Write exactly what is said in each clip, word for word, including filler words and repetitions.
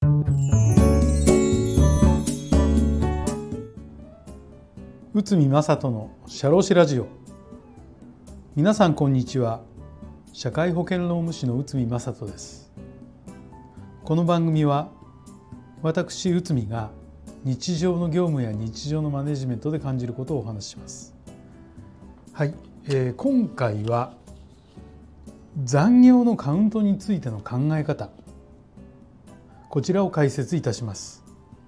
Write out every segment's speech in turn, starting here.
内海正人の社労士ラジオ。皆さんこんにちは。社会保険労務士の内海正人です。この番組は私内海が日常の業務や日常のマネジメントで感じることをお話しします。はい、えー、今回は残業のカウントについての考え方、こちらを解説いたします。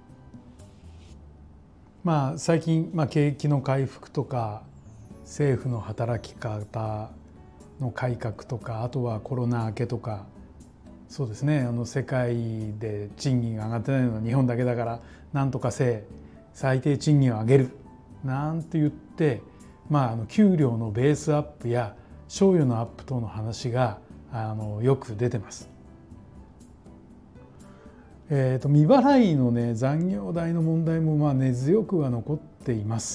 まあ、最近、まあ、景気の回復とか政府の働き方の改革とか、あとはコロナ明けとか、そうですね、あの世界で賃金が上がってないのは日本だけだからなんとかせい、最低賃金を上げるなんて言って、まあ、あの給料のベースアップや賞与のアップ等の話があのよく出てます。えー、と未払いの、ね、残業代の問題もまあ根強くは残っています。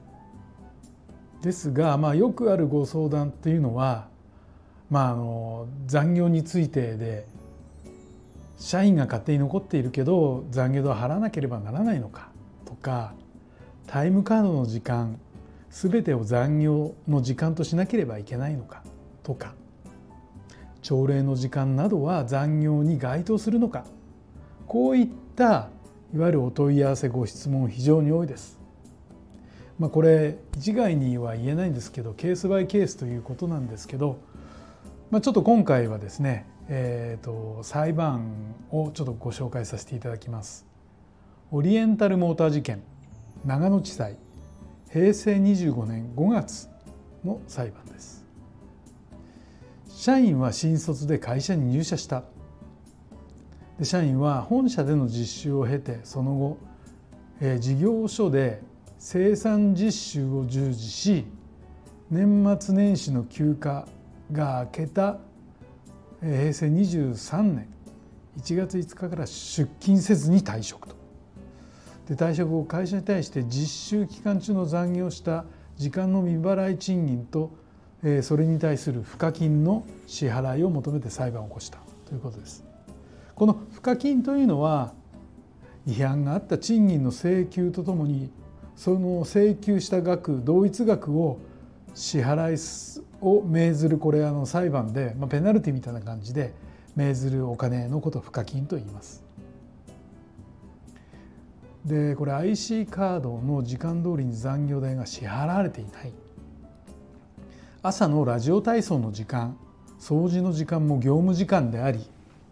ですが、まあ、よくあるご相談っていうのは、まあ、あの残業についてで社員が勝手に残っているけど残業代を払わなければならないのかとか、タイムカードの時間全てを残業の時間としなければいけないのかとか、朝礼の時間などは残業に該当するのか、こういったいわゆるお問い合わせご質問非常に多いです。まあ、これ一概には言えないんですけど、ケースバイケースということなんですけど、まあ、ちょっと今回はですね、えー、と裁判をちょっとご紹介させていただきます。オリエンタルモーター事件、長野地裁、へいせいにじゅうごねんごがつの裁判です。社員は新卒で会社に入社した。で社員は本社での実習を経て、その後、えー、事業所で生産実習を従事し、年末年始の休暇が明けたへいせいにじゅうさんねんいちがついつかから出勤せずに退職と。で退職後、会社に対して実習期間中の残業した時間の未払い賃金と、えー、それに対する賦課金の支払いを求めて裁判を起こしたということです。この賦課金というのは、違反があった賃金の請求とともに、その請求した額、同一額を支払いを命ずる、これあの裁判で、まあ、ペナルティみたいな感じで命ずるお金のことを賦課金と言います。でこれ アイシー カードの時間通りに残業代が支払われていない、朝のラジオ体操の時間、掃除の時間も業務時間であり、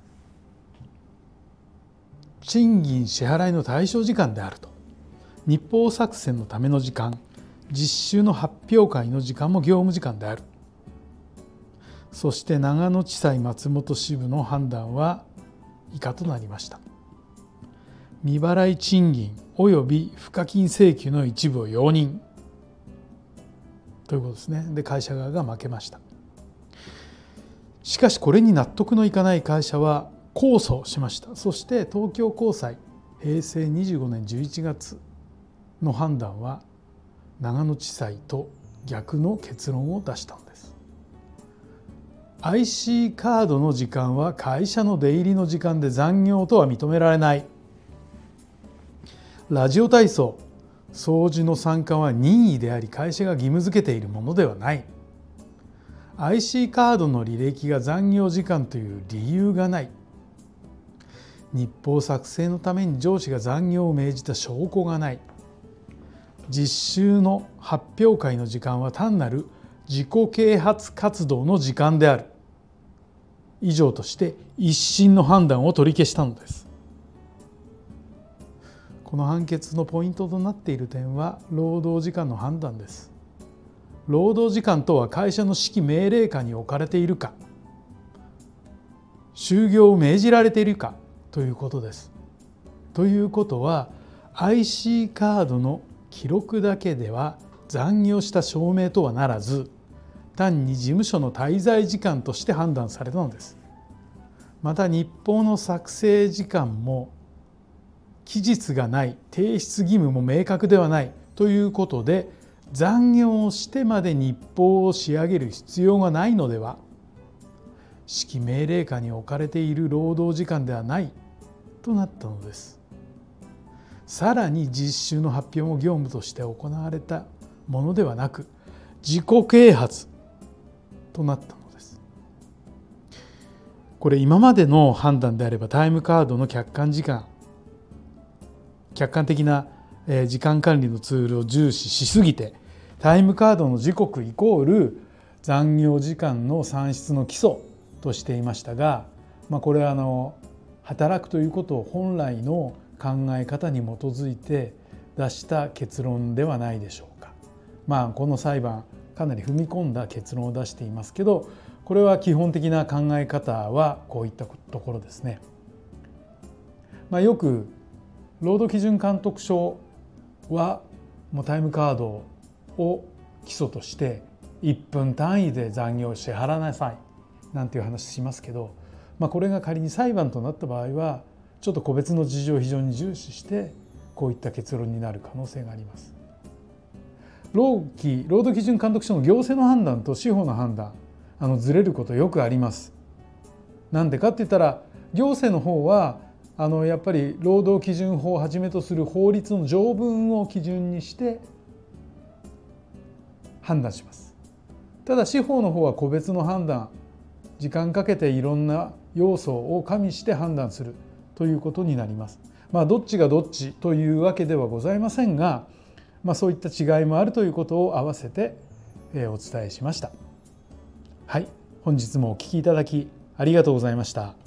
賃金支払いの対象時間であると。日報作成のための時間、実習の発表会の時間も業務時間である。そして長野地裁松本支部の判断は以下となりました。未払い賃金及び賦課金請求の一部を容認ということですね。で会社側が負けました。しかしこれに納得のいかない会社は控訴しました。そして東京高裁へいせいにじゅうごねんじゅういちがつの判断は長野地裁と逆の結論を出したのです。 アイシー カードの時間は会社の出入りの時間で残業とは認められない。ラジオ体操、掃除の参加は任意であり、会社が義務付けているものではない。 アイシー カードの履歴が残業時間という理由がない。日報作成のために上司が残業を命じた証拠がない。実習の発表会の時間は単なる自己啓発活動の時間である。以上として一審の判断を取り消したのです。この判決のポイントとなっている点は労働時間の判断です。労働時間とは会社の指揮命令下に置かれているか、就業を命じられているかということです。ということは アイシー カードの記録だけでは残業した証明とはならず、単に事務所の滞在時間として判断されたのです。また日報の作成時間も期日がない、提出義務も明確ではないということで、残業をしてまで日報を仕上げる必要がないのでは、指揮命令下に置かれている労働時間ではないとなったのです。さらに実習の発表も業務として行われたものではなく、自己啓発となったのです。これ今までの判断であればタイムカードの客観時間客観的な時間管理のツールを重視しすぎて、タイムカードの時刻イコール残業時間の算出の基礎としていましたが、まあ、これはあの働くということを本来の考え方に基づいて出した結論ではないでしょうか。まあこの裁判かなり踏み込んだ結論を出していますけど、これは基本的な考え方はこういったところですね。まあ、よく労働基準監督署はもうタイムカードを基礎としていっぷん単位で残業を支払わなさいなんていう話しますけど、まあ、これが仮に裁判となった場合はちょっと個別の事情を非常に重視してこういった結論になる可能性があります。労基労働基準監督署の行政の判断と司法の判断、あのずれることよくあります。なんでかって言ったら、行政の方はあのやっぱり労働基準法をはじめとする法律の条文を基準にして判断します。ただ司法の方は個別の判断、時間かけていろんな要素を加味して判断するということになります。まあどっちがどっちというわけではございませんが、まあ、そういった違いもあるということを併せてお伝えしました。はい、本日もお聞きいただきありがとうございました。